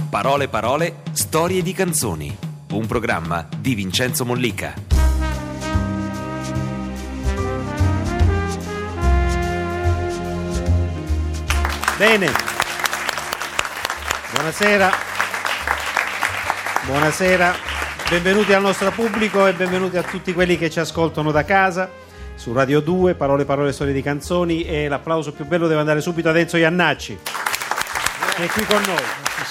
Parole parole, storie di canzoni. Un programma di Vincenzo Mollica. Bene. Buonasera. Benvenuti al nostro pubblico e benvenuti a tutti quelli che ci ascoltano da casa su Radio 2, Parole parole, storie di canzoni, e l'applauso più bello deve andare subito ad Enzo Iannacci, che è qui con noi.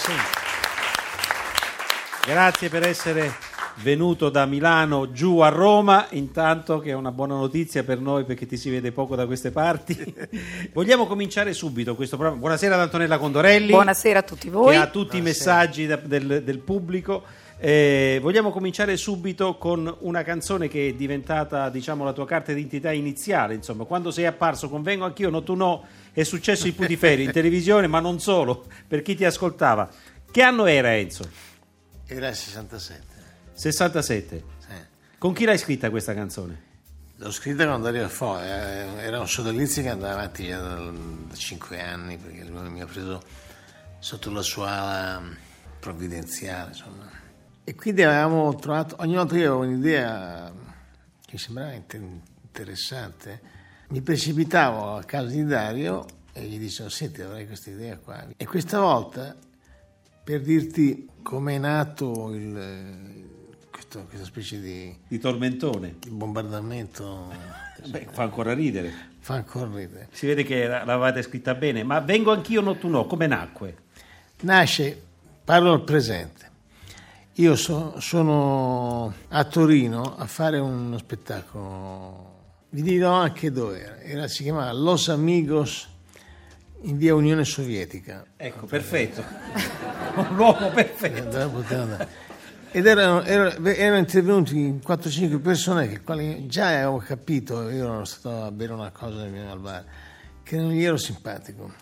Grazie per essere venuto da Milano giù a Roma, intanto, che è una buona notizia per noi perché ti si vede poco da queste parti. Vogliamo cominciare subito questo programma. Buonasera ad Antonella Condorelli. Buonasera a tutti voi. Che ha tutti i messaggi del pubblico. Vogliamo cominciare subito con una canzone che è diventata, diciamo, la tua carta d'identità iniziale. Insomma, quando sei apparso con Vengo Anch'io, No Tu No, è successo il Putiferri in televisione, ma non solo, per chi ti ascoltava. Che anno era, Enzo? Era il 67. 67? Sì. Con chi l'hai scritta questa canzone? L'ho scritta quando ero fuori, era un sodalizio che andava avanti da 5 anni, perché lui mi ha preso sotto la sua ala provvidenziale, insomma. E quindi avevamo trovato, ogni volta che avevo un'idea che mi sembrava interessante, mi precipitavo a casa di Dario e gli dicevo: senti, avrei questa idea qua. E questa volta, per dirti com'è nato questa specie di tormentone, di bombardamento, fa ancora ridere. Fa ancora ridere. Si vede che l'avevate scritta bene. Ma Vengo Anch'io, No Tu No, come nacque? Nasce, parlo al presente. Io sono a Torino a fare uno spettacolo, vi dirò anche dove si chiamava Los Amigos in via Unione Sovietica. Ecco, perfetto. Un uomo perfetto. Ed erano intervenuti 4-5 persone che quali già avevo capito, io ero stato a bere una cosa al bar, che non gli ero simpatico.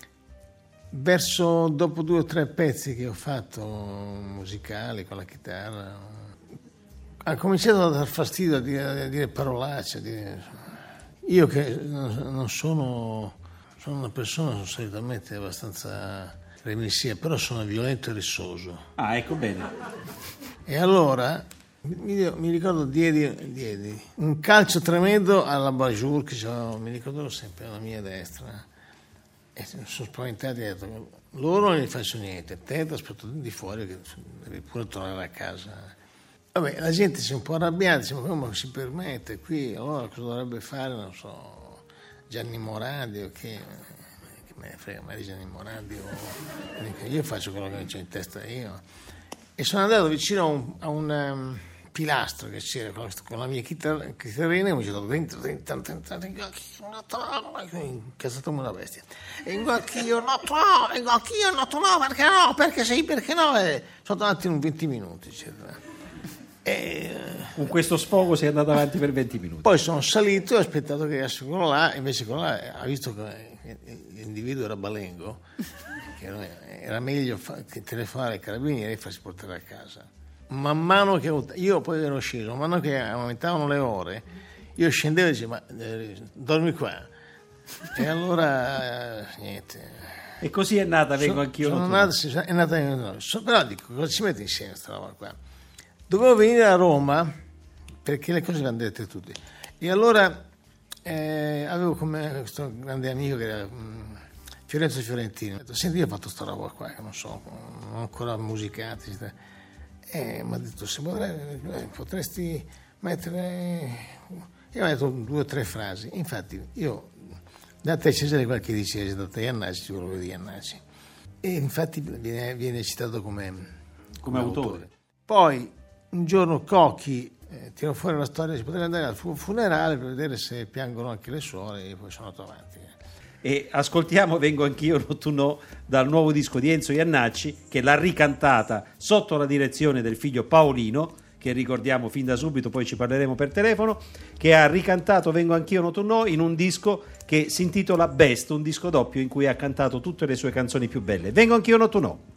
Dopo 2 o 3 pezzi che ho fatto musicali con la chitarra, ha cominciato a dar fastidio a dire parolacce. Io che non sono una persona solitamente abbastanza remissiva, però sono violento e rissoso. Ah, ecco, bene. E allora mi ricordo diedi un calcio tremendo alla Bajour, che mi ricordo sempre alla mia destra. E sono spaventati e ho detto: loro non gli faccio niente, te ti aspetto di fuori che devi pure tornare a casa. Vabbè, la gente si è un po' arrabbiata, dice: ma come si permette qui? Allora cosa dovrebbe fare, non so, Gianni Morandi o che me ne frega mai di Gianni Morandi, io faccio quello che ho in testa io. E sono andato vicino a un pilastro che c'era con la mia chitarrina, e mi sono dentro, incazzato come una bestia. Vengo anch'io, no, perché no? E sono avanti in 20 minuti, eccetera. Con questo sfogo sei andato avanti per 20 minuti. Poi sono salito e ho aspettato che arrivasse quello là, invece quello là ha visto che l'individuo era balengo, che era meglio telefonare ai carabinieri e farsi portare a casa. Man mano che io poi ero sceso, man mano che aumentavano le ore, io scendevo e dicevo: ma dormi qua. E allora niente. E così è nata Vengo Anch'io. È nata, però dico, cosa ci mette insieme questa roba qua? Dovevo venire a Roma perché le cose le hanno dette tutte. E allora avevo come questo grande amico che era Fiorenzo Fiorentino. Ho detto: senti, io ho fatto sta roba qua che non so, non ho ancora musicato. Mi ha detto: se potresti mettere. Io ho detto 2 o 3 frasi. Infatti, io da te Cesare qualche dice, da te Iannacci, ci volevo di Iannacci. E infatti viene citato come autore. Poi un giorno Cocchi tirò fuori la storia: si potrebbe andare al funerale per vedere se piangono anche le suore, e poi sono andato avanti. E ascoltiamo Vengo Anch'io, No Tu No, dal nuovo disco di Enzo Iannacci, che l'ha ricantata sotto la direzione del figlio Paolino, che ricordiamo fin da subito, poi ci parleremo per telefono, che ha ricantato Vengo Anch'io, No Tu No in un disco che si intitola Best, un disco doppio in cui ha cantato tutte le sue canzoni più belle. Vengo Anch'io, No Tu No.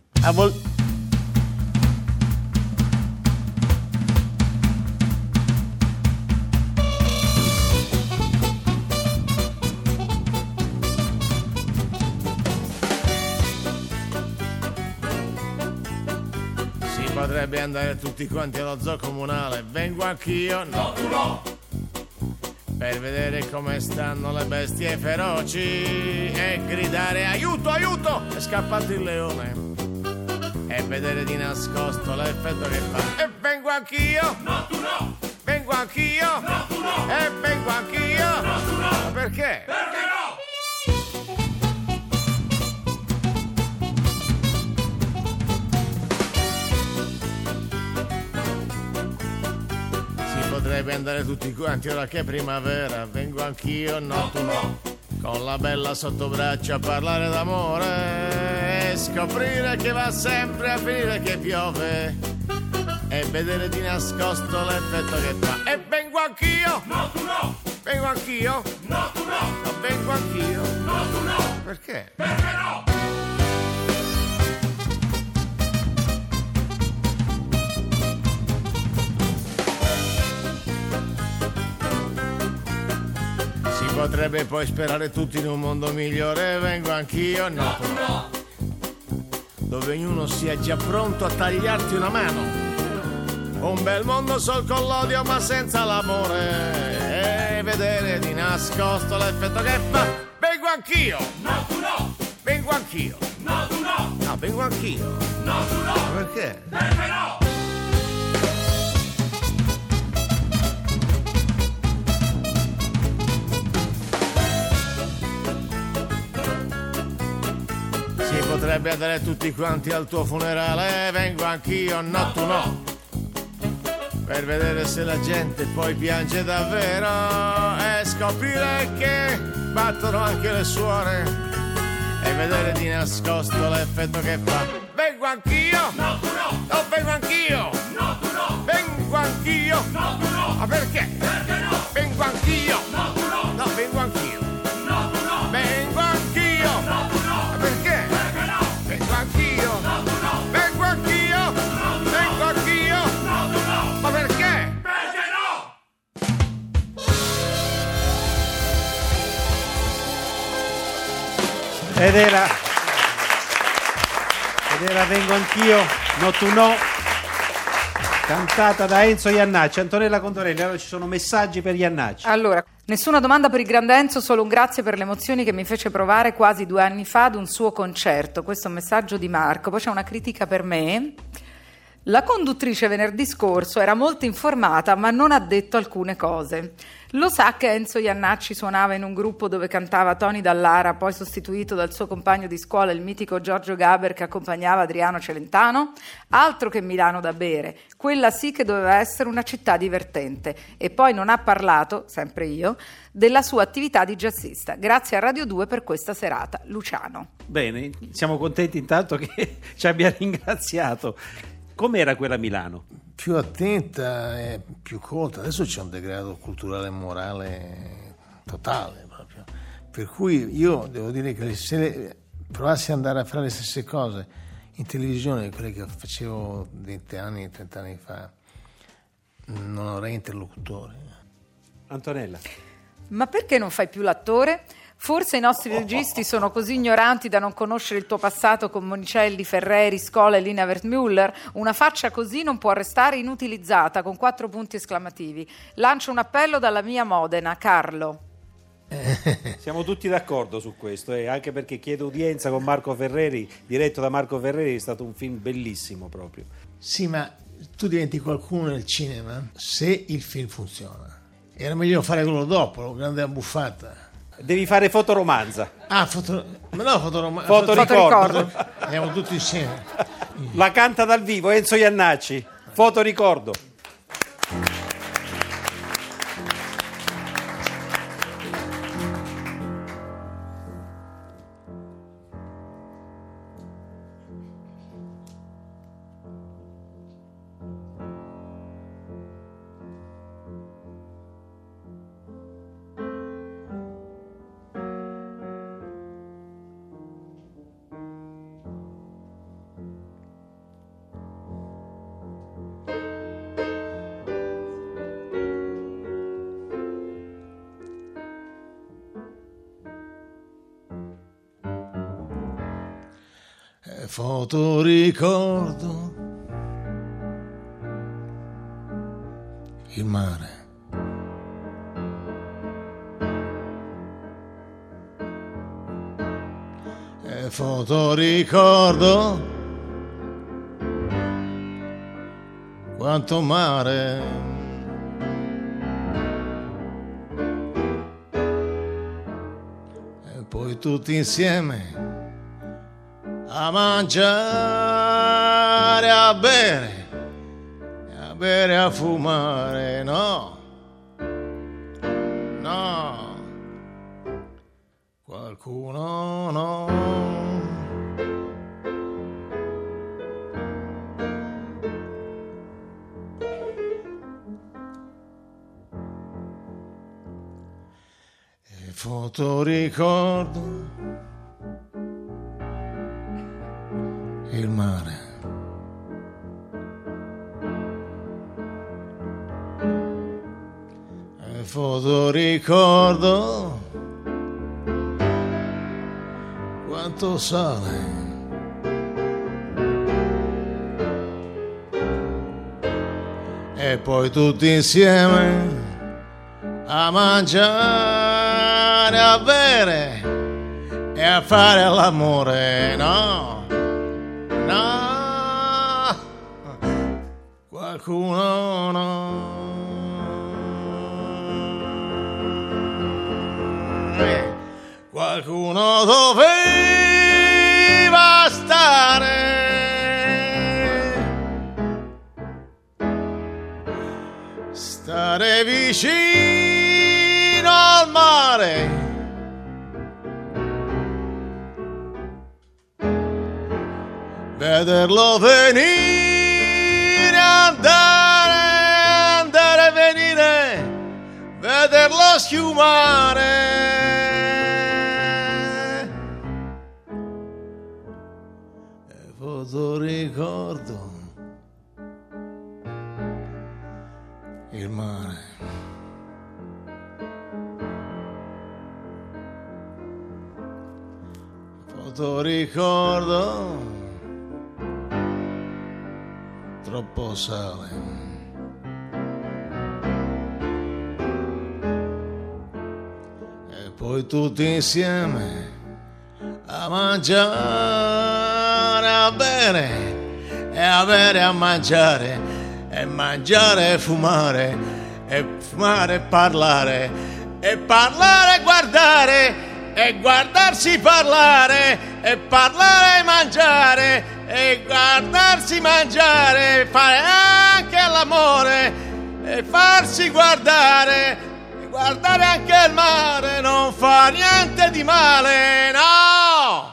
potrebbe andare tutti quanti allo zoo comunale. Vengo anch'io, no tu no, per vedere come stanno le bestie feroci e gridare aiuto, aiuto, è scappato il leone, e vedere di nascosto l'effetto che fa. E vengo anch'io, no tu no, vengo anch'io, no tu no, e vengo anch'io, no tu no. Ma perché? Perché no? Potrebbe andare tutti quanti ora che è primavera. Vengo anch'io, no tu no, con la bella sotto braccio a parlare d'amore e scoprire che va sempre a finire che piove e vedere di nascosto l'effetto che fa. E vengo anch'io, no tu no, vengo anch'io, no tu no, no vengo anch'io, no tu no. Perché? Perché no? Potrebbe poi sperare tutti in un mondo migliore. Vengo anch'io, no, no, dove ognuno sia già pronto a tagliarti una mano. Un bel mondo sol con l'odio ma senza l'amore e vedere di nascosto l'effetto che fa. Vengo anch'io, no tu no, vengo anch'io, no tu no, no vengo anch'io, no tu no. Perché? Perché no? Potrebbe andare tutti quanti al tuo funerale. Vengo anch'io, no tu no, per vedere se la gente poi piange davvero e scoprire che battono anche le suore e vedere di nascosto l'effetto che fa. Vengo anch'io, no tu no, no vengo anch'io, no tu no, vengo anch'io, no tu no. Ma perché? Perché no? Vengo anch'io, no tu no, no vengo anch'io, no tu no, vengo anch'io, no tu no. Ma perché? Vengo anch'io, no, tu no. Vengo anch'io, no, tu no. Vengo anch'io, no, tu no. Ma perché? Perché no? Ed era Vengo anch'io, no tu no, cantata da Enzo Jannacci. Antonella Condorelli, allora ci sono messaggi per Jannacci. Allora, nessuna domanda per il grande Enzo, solo un grazie per le emozioni che mi fece provare quasi 2 anni fa ad un suo concerto. Questo è un messaggio di Marco. Poi c'è una critica per me. La conduttrice venerdì scorso era molto informata ma non ha detto alcune cose. Lo sa che Enzo Jannacci suonava in un gruppo dove cantava Tony Dallara, poi sostituito dal suo compagno di scuola, il mitico Giorgio Gaber, che accompagnava Adriano Celentano? Altro che Milano da bere, quella sì che doveva essere una città divertente. E poi non ha parlato, sempre io, della sua attività di jazzista. Grazie a Radio 2 per questa serata. Luciano. Bene, siamo contenti intanto che ci abbia ringraziato. Com'era quella Milano? Più attenta e più colta. Adesso c'è un degrado culturale e morale totale proprio. Per cui io devo dire che se provassi ad andare a fare le stesse cose in televisione, quelle che facevo 20 anni, 30 anni fa, non avrei interlocutori. Antonella. Ma perché non fai più l'attore? Forse i nostri registi sono così ignoranti da non conoscere il tuo passato con Monicelli, Ferreri, Scola e Lina Wertmüller. Una faccia così non può restare inutilizzata, con 4 punti esclamativi. Lancio un appello dalla mia Modena, Carlo. Siamo tutti d'accordo su questo, anche perché Chiedo udienza con Marco Ferreri, diretto da Marco Ferreri, è stato un film bellissimo proprio. Sì, ma tu diventi qualcuno nel cinema se il film funziona. Era meglio fare quello dopo, la grande abbuffata. Devi fare fotoromanza. Ah, fotoricordo. Andiamo tutti insieme. La canta dal vivo Enzo Jannacci. Fotoricordo. Fotoricordo il mare. E fotoricordo quanto mare. E poi tutti insieme a mangiare, a bere, a fumare, no, qualcuno no. E fotoricordo il mare. E fotoricordo quanto sale. E poi tutti insieme a mangiare, a bere e a fare l'amore, no, qualcuno no. Qualcuno doveva stare vicino al mare, vederlo venire, andare e venire, vederlo schiumare. Ricordo il mare. Fotoricordo troppo sale. E poi tutti insieme a mangiare, a bere e a bere, a mangiare e mangiare e fumare e parlare e parlare e guardare e guardarsi parlare e parlare e mangiare e guardarsi mangiare, fare anche l'amore e farsi guardare e guardare anche il mare, non fa niente di male, no.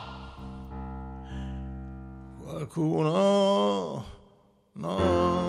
Qualcuno no.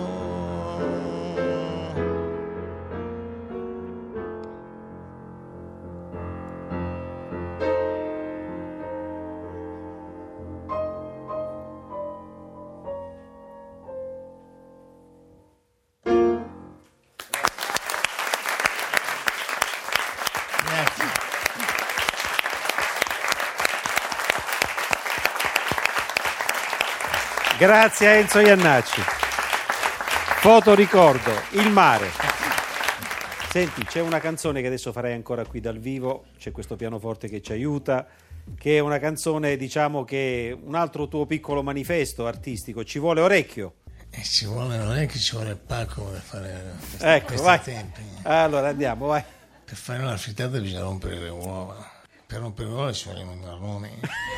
Grazie a Enzo Iannacci. Fotoricordo, il mare. Senti, c'è una canzone che adesso farei ancora qui dal vivo, c'è questo pianoforte che ci aiuta, che è una canzone, diciamo, che è un altro tuo piccolo manifesto artistico, Ci vuole orecchio. Ci vuole orecchio, ci vuole pacco per fare questi vai. Tempi. Allora andiamo, vai. Per fare la frittata bisogna rompere le uova, per rompere le uova ci vogliono i marroni.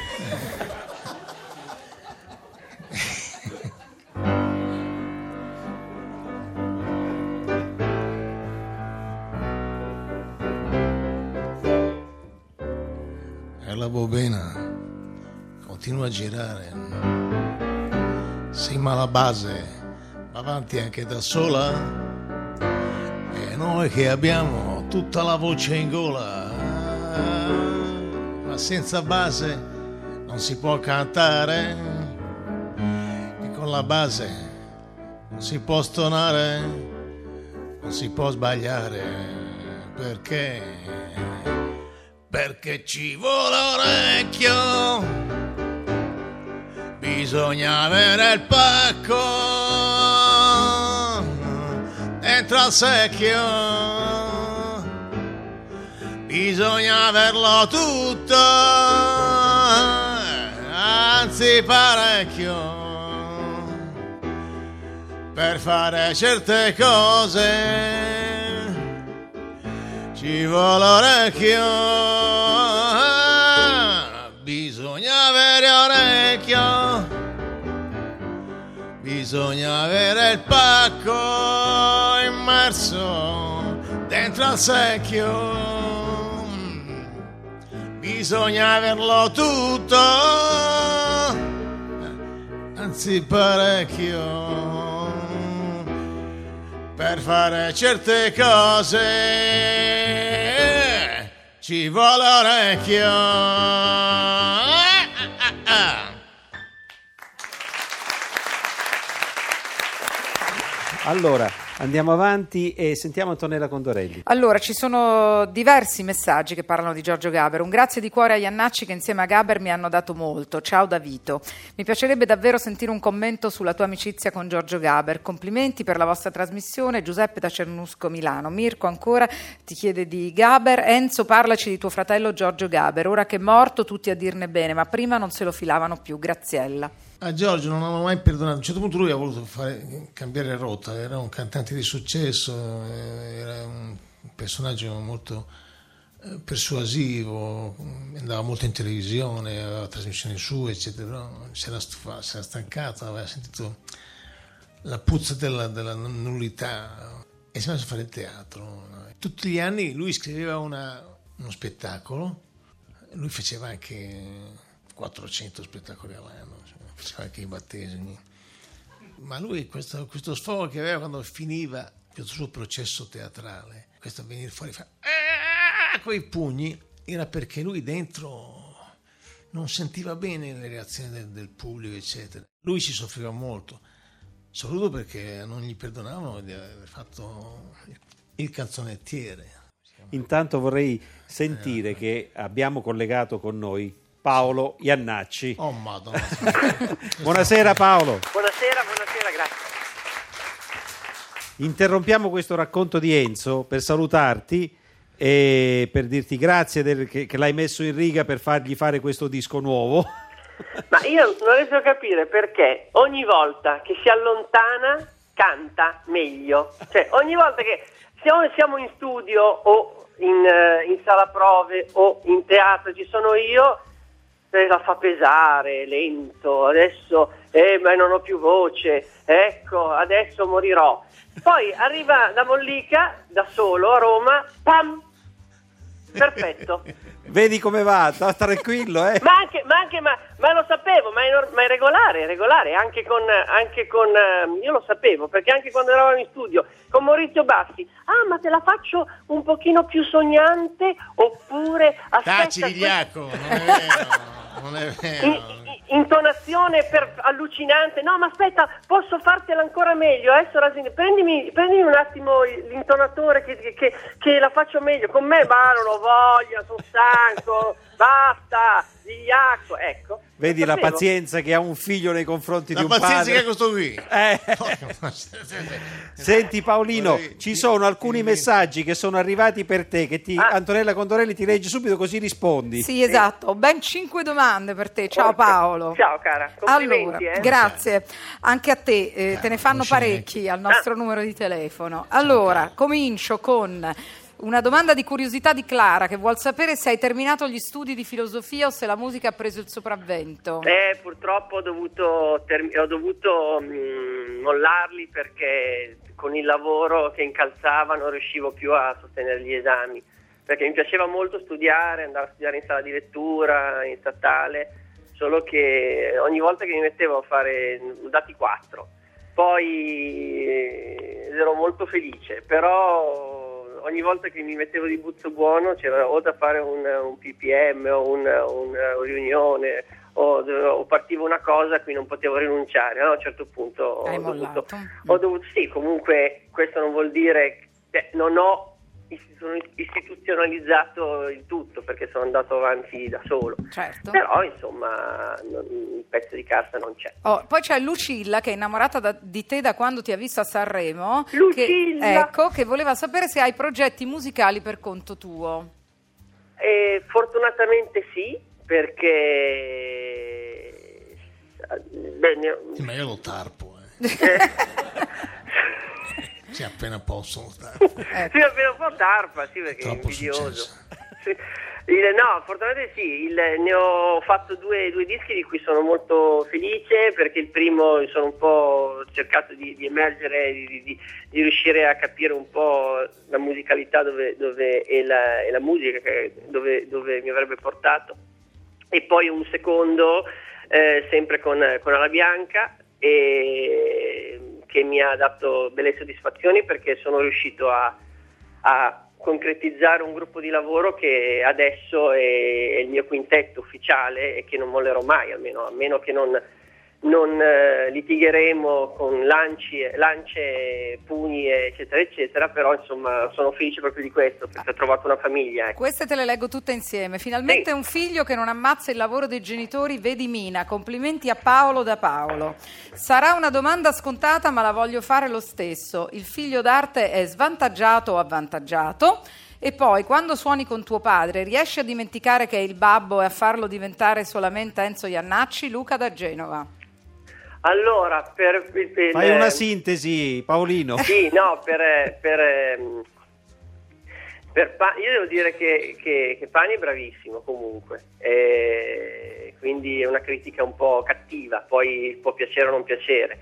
E la bobina continua a girare, sì, ma la base va avanti anche da sola, e noi che abbiamo tutta la voce in gola, ma senza base non si può cantare, e con la base non si può stonare, non si può sbagliare, perché ci vuole orecchio, bisogna avere il pacco dentro dentro al secchio, bisogna averlo tutto, anzi parecchio, per fare certe cose ci vuole orecchio, bisogna avere orecchio, bisogna avere il pacco immerso dentro al secchio, bisogna averlo tutto, anzi parecchio, per fare certe cose ci vuole orecchio. Allora, andiamo avanti e sentiamo Antonella Condorelli. Allora, ci sono diversi messaggi che parlano di Giorgio Gaber. Un grazie di cuore a Iannacci che insieme a Gaber mi hanno dato molto. Ciao da Vito. Mi piacerebbe davvero sentire un commento sulla tua amicizia con Giorgio Gaber. Complimenti per la vostra trasmissione. Giuseppe da Cernusco, Milano. Mirko ancora ti chiede di Gaber. Enzo, parlaci di tuo fratello Giorgio Gaber. Ora che è morto tutti a dirne bene, ma prima non se lo filavano più. Graziella. A Giorgio non avevo mai perdonato. A un certo punto lui ha voluto cambiare rotta, era un cantante di successo, era un personaggio molto persuasivo, andava molto in televisione, aveva trasmissioni sue, eccetera, però si era stancato, aveva sentito la puzza della nullità e si è messo a fare il teatro. Tutti gli anni lui scriveva uno spettacolo, lui faceva anche 400 spettacoli all'anno, faceva anche i battesimi, ma lui questo sfogo che aveva quando finiva il suo processo teatrale, questo venire fuori coi pugni, era perché lui dentro non sentiva bene le reazioni del pubblico, eccetera. Lui ci soffriva molto, soprattutto perché non gli perdonavano di aver fatto il canzonettiere. Intanto vorrei sentire che abbiamo collegato con noi Paolo Iannacci. Oh Madonna. Buonasera Paolo. Buonasera, grazie. Interrompiamo questo racconto di Enzo per salutarti e per dirti grazie che l'hai messo in riga per fargli fare questo disco nuovo. Ma io non riesco a capire perché ogni volta che si allontana canta meglio. Cioè ogni volta che siamo in studio o in sala prove o in teatro ci sono io, la fa pesare, lento, adesso ma non ho più voce, ecco, adesso morirò. Poi arriva da Mollica, da solo, a Roma, pam, perfetto. Vedi come va, sta tranquillo, Ma lo sapevo, ma è regolare, anche con io lo sapevo, perché anche quando eravamo in studio con Maurizio Bassi, ma te la faccio un pochino più sognante, oppure aspetta, Taci Vigliacco, non è vero. Intonazione allucinante, no ma aspetta, posso fartela ancora meglio, adesso prendimi un attimo l'intonatore che la faccio meglio, con me ma non ho voglia, sono stanco, basta, Vigliacco, ecco. Vedi la pazienza che ha un figlio nei confronti di un padre. La pazienza che ha questo qui. Senti Paolino, ci sono alcuni messaggi che sono arrivati per te che Antonella Condorelli ti legge subito così rispondi. Sì, esatto, ho ben 5 domande per te. Ciao Paolo. Ciao cara, complimenti. Allora, grazie. Anche a te, te ne fanno parecchi al nostro numero di telefono. Allora, comincio con una domanda di curiosità di Clara che vuol sapere se hai terminato gli studi di filosofia o se la musica ha preso il sopravvento. Purtroppo ho dovuto mollarli perché con il lavoro che incalzava non riuscivo più a sostenere gli esami, perché mi piaceva molto studiare, andare a studiare in sala di lettura, in statale, solo che ogni volta che mi mettevo a fare dati 4, poi ero molto felice, però ogni volta che mi mettevo di buzzo buono c'era o da fare un PPM o una riunione o partiva una cosa a cui non potevo rinunciare, no? A un certo punto Hai mollato. Ho dovuto, sì, comunque questo non vuol dire che non ho istituzionalizzato il tutto, perché sono andato avanti da solo. Certo. Però insomma il pezzo di carta non c'è. Poi c'è Lucilla che è innamorata di te da quando ti ha visto a Sanremo. Lucilla! Che voleva sapere se hai progetti musicali per conto tuo. Fortunatamente sì, perché Ma io lo tarpo. Sì, appena posso. Sì, appena un po' tarpa, sì, perché è invidioso. Sì. No, fortunatamente sì, ne ho fatto due dischi di cui sono molto felice, perché il primo sono un po' cercato di emergere, di riuscire a capire un po' la musicalità dove è la musica, dove mi avrebbe portato, e poi un secondo sempre con Ala Bianca, che mi ha dato belle soddisfazioni, perché sono riuscito a concretizzare un gruppo di lavoro che adesso è il mio quintetto ufficiale e che non mollerò mai, a meno che non litigheremo con lance, pugni eccetera eccetera, però insomma sono felice proprio di questo, perché ho trovato una famiglia. Ecco. Queste te le leggo tutte insieme. Finalmente sì. Un figlio che non ammazza il lavoro dei genitori, vedi Mina. Complimenti a Paolo da Paolo. Sarà una domanda scontata, ma la voglio fare lo stesso. Il figlio d'arte è svantaggiato o avvantaggiato? E poi, quando suoni con tuo padre, riesci a dimenticare che è il babbo e a farlo diventare solamente Enzo Iannacci? Luca da Genova. Allora, fai una sintesi, Paolino. Sì, no, io devo dire che Pani è bravissimo comunque, quindi è una critica un po' cattiva, poi può piacere o non piacere.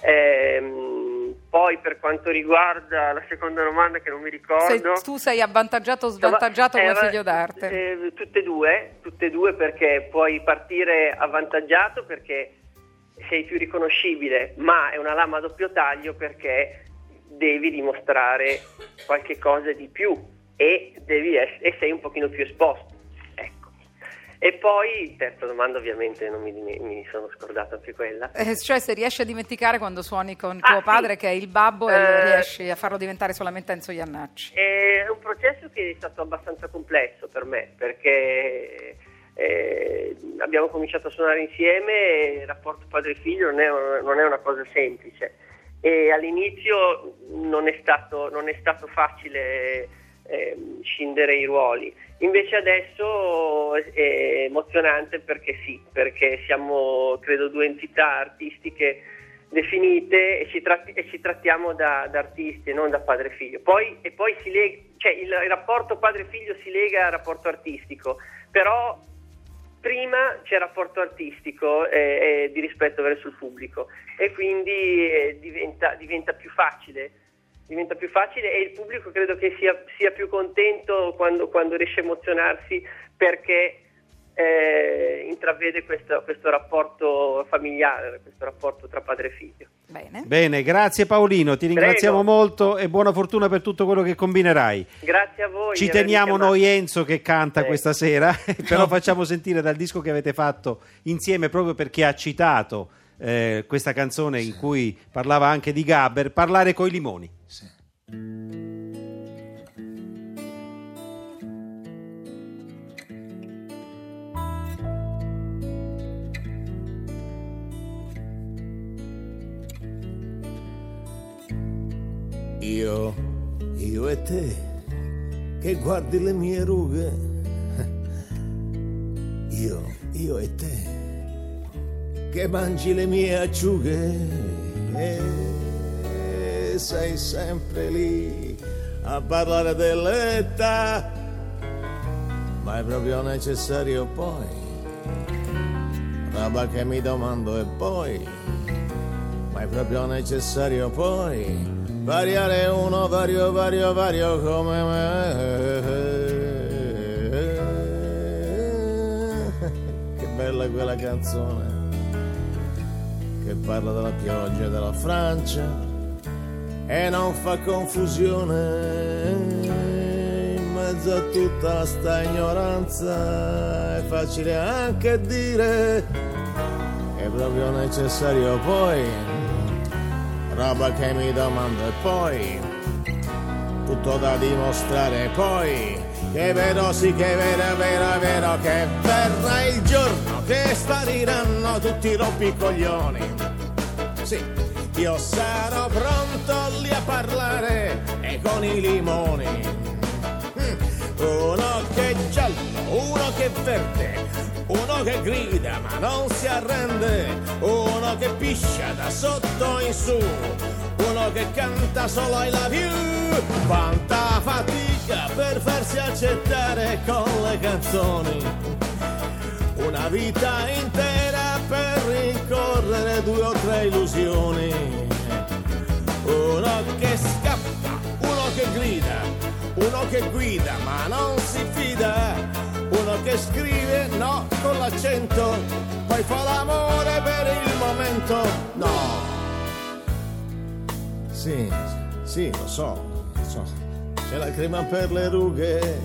Poi per quanto riguarda la seconda domanda, che non mi ricordo, se tu sei avvantaggiato o svantaggiato come figlio d'arte. Tutte e due, perché puoi partire avvantaggiato perché sei più riconoscibile, ma è una lama a doppio taglio perché devi dimostrare qualche cosa di più e sei un pochino più esposto, ecco. E poi terza domanda, ovviamente non mi sono scordato anche quella, cioè se riesci a dimenticare quando suoni con tuo padre che è il babbo e riesci a farlo diventare solamente Enzo Iannacci. È un processo che è stato abbastanza complesso per me, perché abbiamo cominciato a suonare insieme e il rapporto padre-figlio non è una cosa semplice, e all'inizio non è stato facile scindere i ruoli. Invece adesso è emozionante, perché siamo credo due entità artistiche definite e ci trattiamo da artisti e non da padre-figlio. Poi si lega, cioè il rapporto padre-figlio si lega al rapporto artistico, però prima c'è rapporto artistico di rispetto verso il pubblico, e quindi diventa più facile, e il pubblico credo che sia più contento quando riesce a emozionarsi, perché intravede questo rapporto familiare, questo rapporto tra padre e figlio. Bene, grazie Paolino, ti ringraziamo molto e buona fortuna per tutto quello che combinerai. Grazie a voi. Ci teniamo noi Enzo che canta questa sera, però facciamo sentire dal disco che avete fatto insieme, proprio perché ha citato questa canzone in cui parlava anche di Gabber, Parlare coi limoni. Sì. Io e te che guardi le mie rughe, io e te che mangi le mie acciughe, e sei sempre lì a parlare dell'età, ma è proprio necessario poi, roba che mi domando, e poi, ma è proprio necessario poi variare uno vario come me. Che bella quella canzone che parla della pioggia e della Francia e non fa confusione in mezzo a tutta sta ignoranza. È facile anche dire, è proprio necessario poi, roba che mi domando, e poi, tutto da dimostrare poi, che è vero, sì che è vero, è vero, è vero, che verrà il giorno che spariranno tutti i rompicoglioni. Sì, io sarò pronto lì a parlare e con i limoni. Uno che è giallo, uno che è verde, uno che grida ma non si arrende, uno che piscia da sotto in su, uno che canta solo I love you. Quanta fatica per farsi accettare con le canzoni, una vita intera per rincorrere 2 o 3 illusioni. Uno che scappa, uno che grida, uno che guida ma non si fida, uno che scrive no con l'accento, poi fa l'amore per il momento. No, sì, lo so, c'è la crema per le rughe,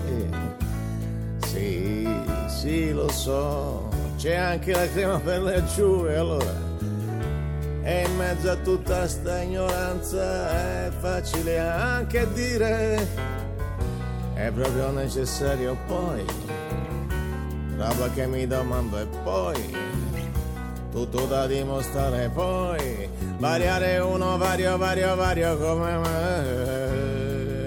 sì, lo so, c'è anche la crema per le acciughe, allora. E in mezzo a tutta sta ignoranza è facile anche dire, è proprio necessario poi, roba che mi domando e poi, tutto da dimostrare poi, variare uno vario come me.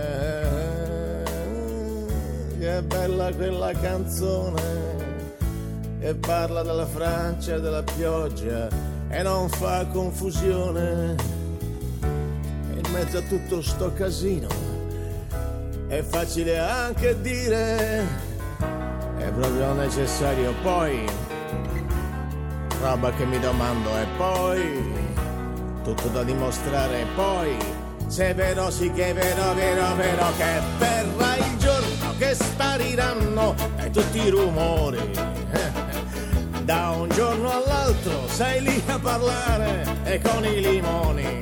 Che bella quella canzone che parla della Francia e della pioggia e non fa confusione, e in mezzo a tutto sto casino è facile anche dire, è proprio necessario poi, roba che mi domando e poi, tutto da dimostrare e poi, se è vero sì che è vero, vero, che verrà il giorno che spariranno tutti i rumori. Da un giorno all'altro sei lì a parlare e con i limoni.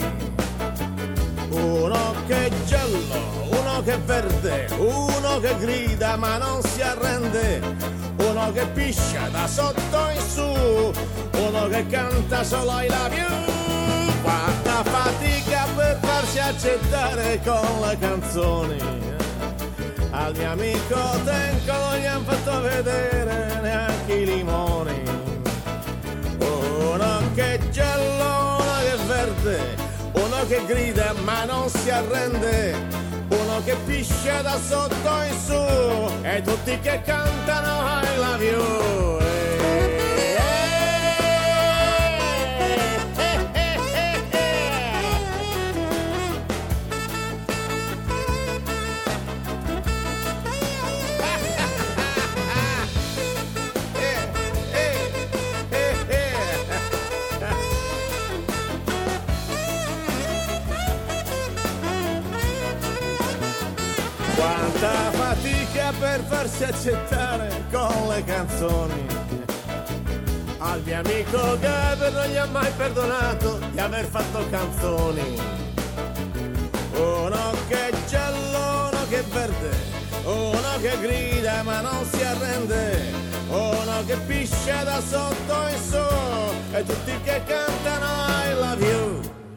Uno che è giallo, uno che è verde, uno che grida ma non si arrende, uno che piscia da sotto in su, uno che canta solo I love you. Quanta fatica per farsi accettare con le canzoni. Al mio amico Tenco non gli han fatto vedere neanche i limoni. Uno che è giallo, uno che è verde, uno che grida ma non si arrende, uno che piscia da sotto in su e tutti che cantano I love you. Quanta fatica per farsi accettare con le canzoni. Al mio amico Gaber non gli ha mai perdonato di aver fatto canzoni. Uno che è giallo, uno che è verde, uno che grida ma non si arrende, uno che piscia da sotto in su e tutti che cantano I love you.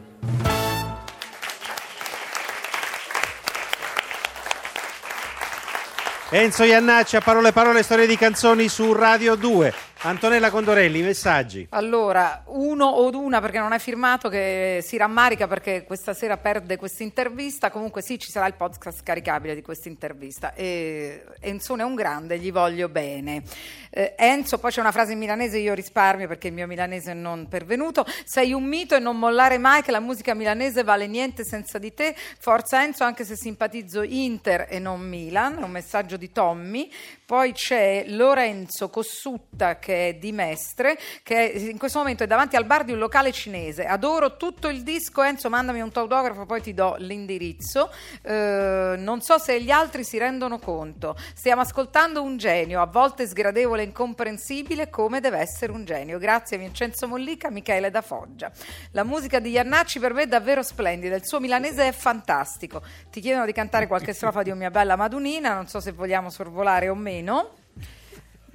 Enzo Iannacci a Parole, storie di canzoni su Radio 2. Antonella Condorelli, messaggi. Allora, uno o una, perché non è firmato, che si rammarica perché questa sera perde questa intervista. Comunque sì, ci sarà il podcast caricabile di questa intervista. Enzone è un grande, gli voglio bene. Enzo, poi c'è una frase in milanese, io risparmio perché il mio milanese è non pervenuto. Sei un mito e non mollare mai, che la musica milanese vale niente senza di te. Forza Enzo, anche se simpatizzo Inter e non Milan. È un messaggio di Tommy. Poi c'è Lorenzo Cossutta, che è di Mestre, che in questo momento è davanti al bar di un locale cinese. Adoro tutto il disco, Enzo, mandami un tuo autografo, poi ti do l'indirizzo. Non so se gli altri si rendono conto. Stiamo ascoltando un genio, a volte sgradevole e incomprensibile, come deve essere un genio. Grazie Vincenzo Mollica, Michele da Foggia. La musica di Iannacci per me è davvero splendida, il suo milanese è fantastico. Ti chiedono di cantare qualche strofa di O mia bella Madunina, non so se vogliamo sorvolare o meno.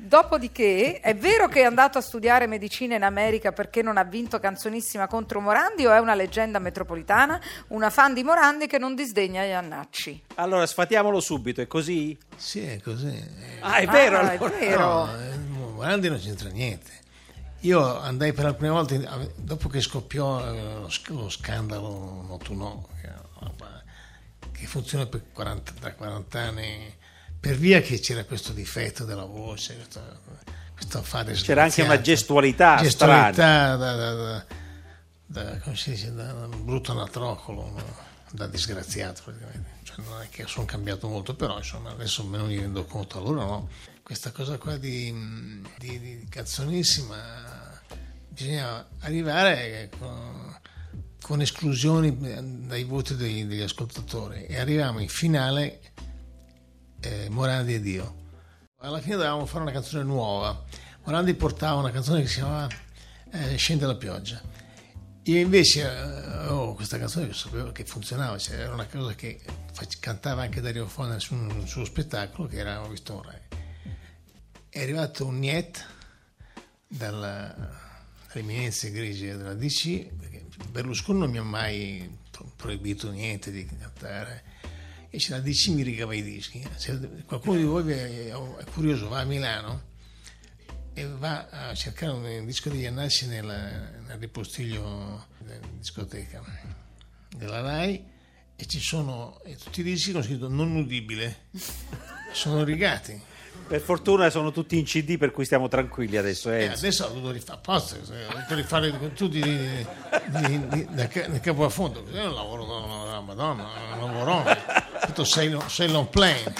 Dopodiché, è vero che è andato a studiare medicina in America perché non ha vinto Canzonissima contro Morandi, o è una leggenda metropolitana, una fan di Morandi che non disdegna Iannacci? Allora, sfatiamolo subito, è così? Sì, è così. È vero, è allora. vero. No, Morandi non c'entra niente. Io andai per la prima volta, dopo che scoppiò lo scandalo Notunò, che funziona da 40 anni, per via che c'era questo difetto della voce, questo affare C'era anche una gestualità strana. come si dice, da un brutto anatroccolo, no? Da disgraziato praticamente. Cioè, non è che sono cambiato molto, però insomma adesso me ne rendo conto. Allora no, questa cosa qua di Canzonissima bisogna arrivare con esclusioni dai voti degli ascoltatori, e arriviamo in finale Morandi e Dio. Alla fine dovevamo fare una canzone nuova. Morandi portava una canzone che si chiamava Scende la pioggia. Io invece avevo questa canzone che sapevo che funzionava, cioè era una cosa che cantava anche Dario Fo nel suo spettacolo, che era Ho visto un re. È arrivato un niet dalle eminenze grigie della DC, perché Berlusconi non mi ha mai proibito niente di cantare, e la DC mi rigava i dischi. Se qualcuno di voi è curioso, va a Milano e va a cercare un disco di Iannacci nel ripostiglio della discoteca della Rai, e ci sono tutti i dischi con scritto non udibile, sono rigati. Per fortuna sono tutti in CD, per cui stiamo tranquilli adesso. Adesso ho dovuto rifare apposta, ho dovuto rifare tutti da capo a fondo, così è un lavoro della Madonna, un lavorone, tutto sei long playing.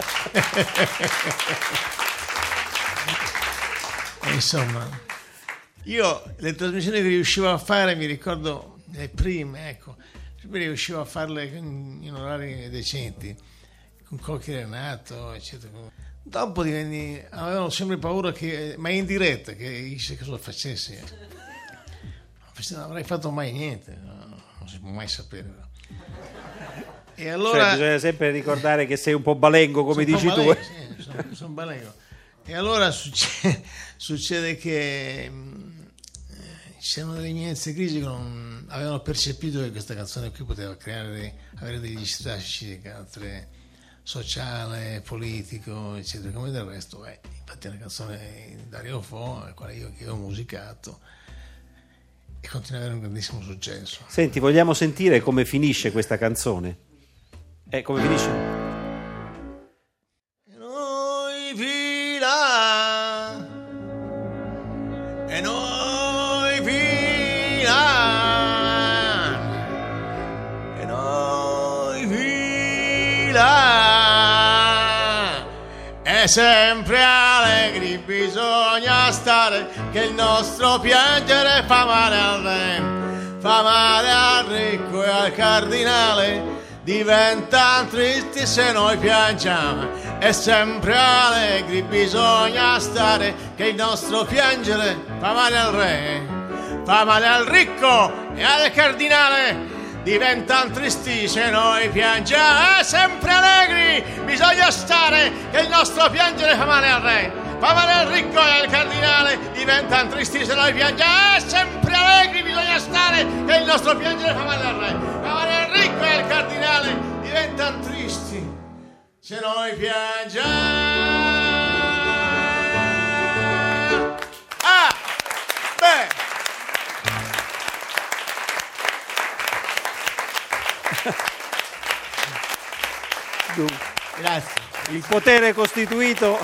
Insomma, io le trasmissioni che riuscivo a fare, mi ricordo le prime, riuscivo a farle in orari decenti, con Cocchi Renato, eccetera. Dopo avevano sempre paura ma in diretta, che cosa facessi. Non avrei fatto mai niente, non si può mai sapere. E allora, cioè, bisogna sempre ricordare che sei un po' balengo, come dici tu. Sì, sono balengo. E allora succede che c'erano delle eminenze grigie che non avevano percepito che questa canzone qui poteva avere degli strascichi di carattere sociale, politico, eccetera, come del resto. Infatti è una canzone di Dario Fo, la quale io ho musicato, e continua ad avere un grandissimo successo. Senti, vogliamo sentire come finisce questa canzone? Come finisce? E noi fila, e noi fila, e noi fila. E sempre allegri bisogna stare, che il nostro piangere fa male al re, fa male al ricco e al cardinale, diventano tristi se noi piangiamo. E sempre allegri bisogna stare, che il nostro piangere fa male al re, fa male al ricco e al cardinale, diventano tristi se noi piangiamo. Sempre allegri bisogna stare, che il nostro piangere fa male al re, fa male al ricco e al cardinale, diventano tristi se noi piangiamo. Sempre allegri bisogna stare, che il nostro piangere fa male al re, fa male al ricco e al cardinale, diventano tristi se noi piangiamo. Grazie. Il potere costituito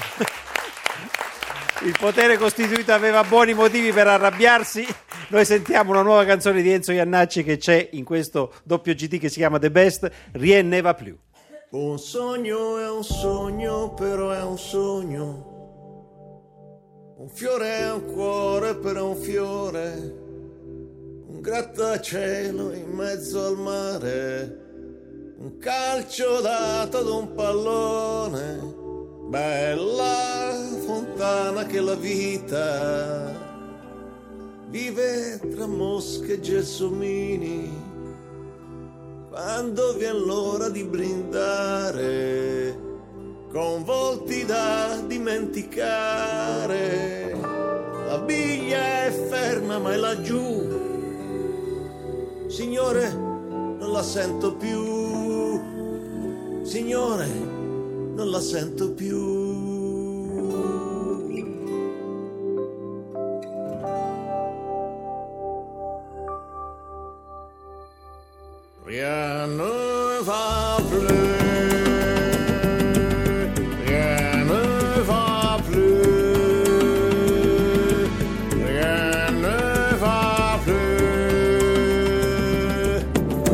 aveva buoni motivi per arrabbiarsi. Noi sentiamo una nuova canzone di Enzo Iannacci che c'è in questo doppio CD che si chiama The Best, Rien ne va più. Un sogno è un sogno, però è un sogno. Un fiore è un cuore, però è un fiore. Un grattacielo in mezzo al mare. Un calcio dato ad un pallone, bella fontana che la vita vive tra mosche e gelsomini. Quando viene l'ora di brindare, con volti da dimenticare. La biglia è ferma ma è laggiù, signore, non la sento più, signore, non la sento più. Rien ne va plus, rien ne va plus, rien ne va plus.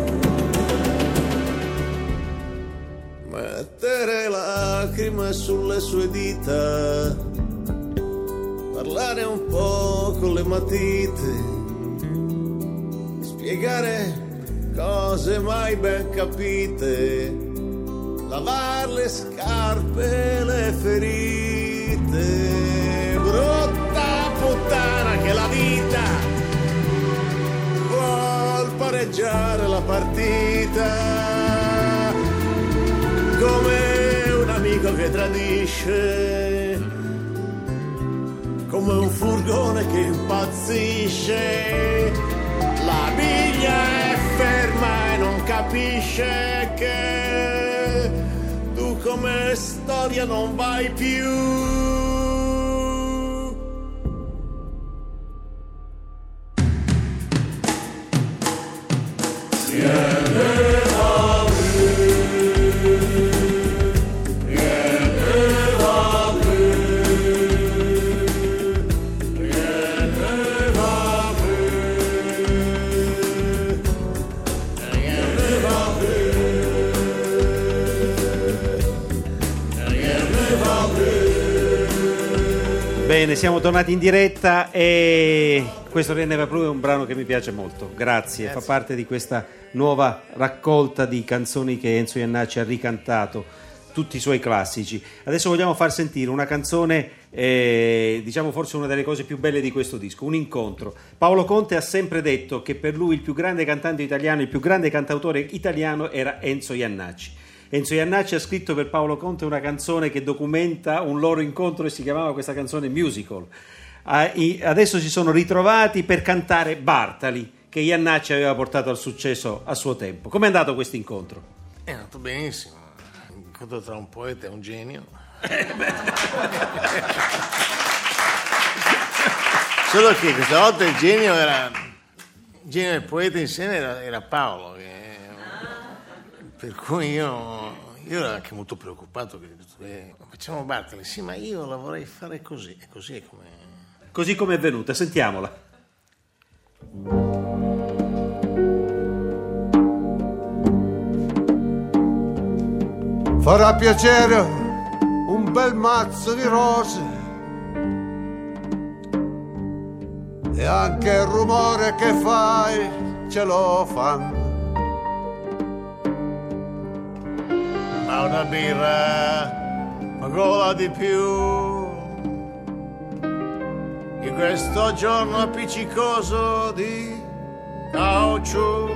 Mettere lacrime sulle sue dita, parlare un po' con le matite, spiegare cose mai ben capite, lavar le scarpe e le ferite. Brutta puttana che la vita vuol pareggiare la partita, come un amico che tradisce, come un furgone che impazzisce. La biglia è ferma e non capisce che tu come storia non vai più. Bene, siamo tornati in diretta e questo Rien ne va plus è un brano che mi piace molto, grazie, fa parte di questa nuova raccolta di canzoni che Enzo Jannacci ha ricantato, tutti i suoi classici. Adesso vogliamo far sentire una canzone, diciamo forse una delle cose più belle di questo disco, un incontro. Paolo Conte ha sempre detto che per lui il più grande cantante italiano, il più grande cantautore italiano era Enzo Jannacci. Enzo Jannacci ha scritto per Paolo Conte una canzone che documenta un loro incontro e si chiamava questa canzone Musical. Adesso si sono ritrovati per cantare Bartali, che Jannacci aveva portato al successo a suo tempo. Com'è andato questo incontro? È andato benissimo, un incontro tra un poeta e un genio. Solo che questa volta il genio e il poeta insieme era Paolo, per cui io ero anche molto preoccupato, facciamo Bartali, sì, ma io la vorrei fare così, e così è come... Così come è venuta, sentiamola. Farà piacere un bel mazzo di rose e anche il rumore che fai ce lo fanno. Ma una birra, una gola di più di questo giorno appiccicoso di caucciù.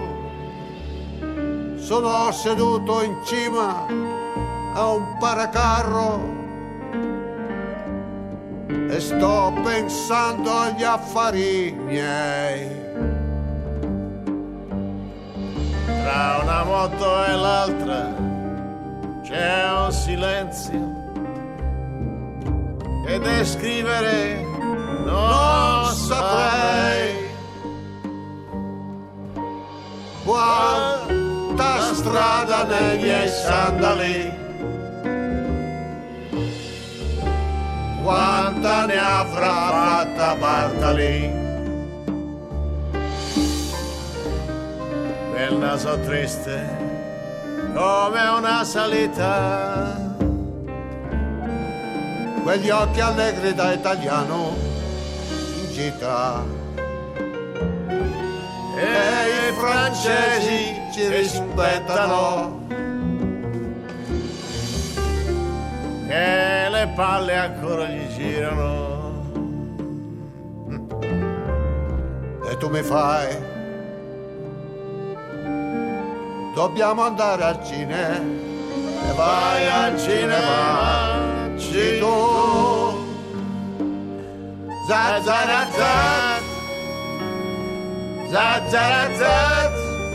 Sono seduto in cima a un paracarro e sto pensando agli affari miei. Tra una moto e l'altra c'è un silenzio e descrivere non saprei. Quanta strada nei miei sandali, quanta ne avrà fatta Bartali. Quel naso triste come una salita, quegli occhi allegri da italiano in gita, e i francesi ci rispettano, che le palle ancora gli girano. E tu mi fai, dobbiamo andare al cinema. e vai al cinema tu. Zazzarazat, zazzarazat,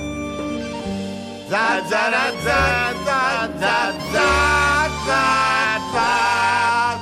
zazzarazat, zazzarazat.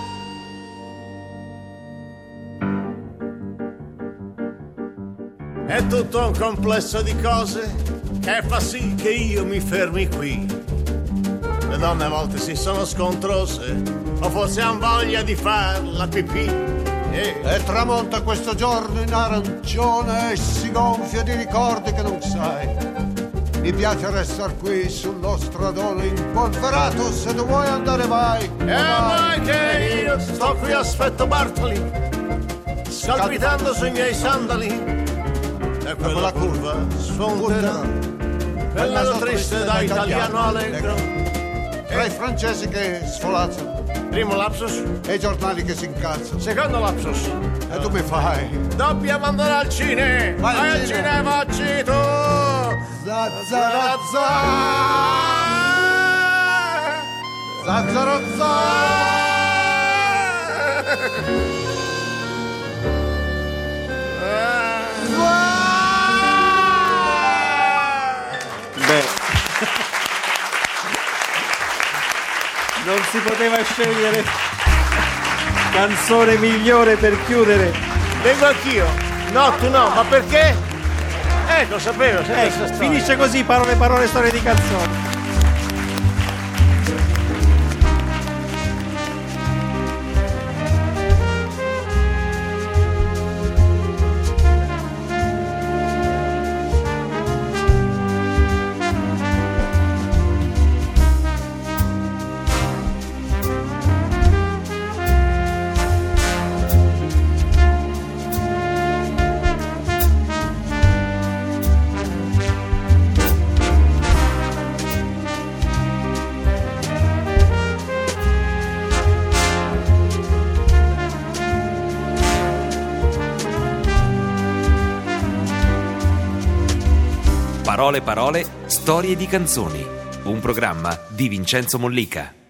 È tutto un complesso di cose che fa sì che io mi fermi qui. Le donne a volte si sono scontrose, o forse han voglia di far la pipì. E tramonta questo giorno in arancione e si gonfia di ricordi che non sai. Mi piace restar qui sullo stradone impolverato, se tu vuoi andare vai. E vai che io sto qui, aspetto Bartoli, scalpitando sui miei sandali. E quella curva sfonderà, quel naso triste da italiano allegro. Tra i francesi che sfolazzano, Primo lapsus, e i giornali che si incazzano. secondo lapsus. E tu mi fai Dobbiamo andare al cinema, Vai al al cinema. cinema, vacci tu. Zazzarazza, zazzarazza. Beh, non si poteva scegliere canzone migliore per chiudere. Vengo anch'io. No, tu no, ma perché? Ecco, sapevo, Finisce così, parole, storie di canzoni. Parole, storie di canzoni. Un programma di Vincenzo Mollica.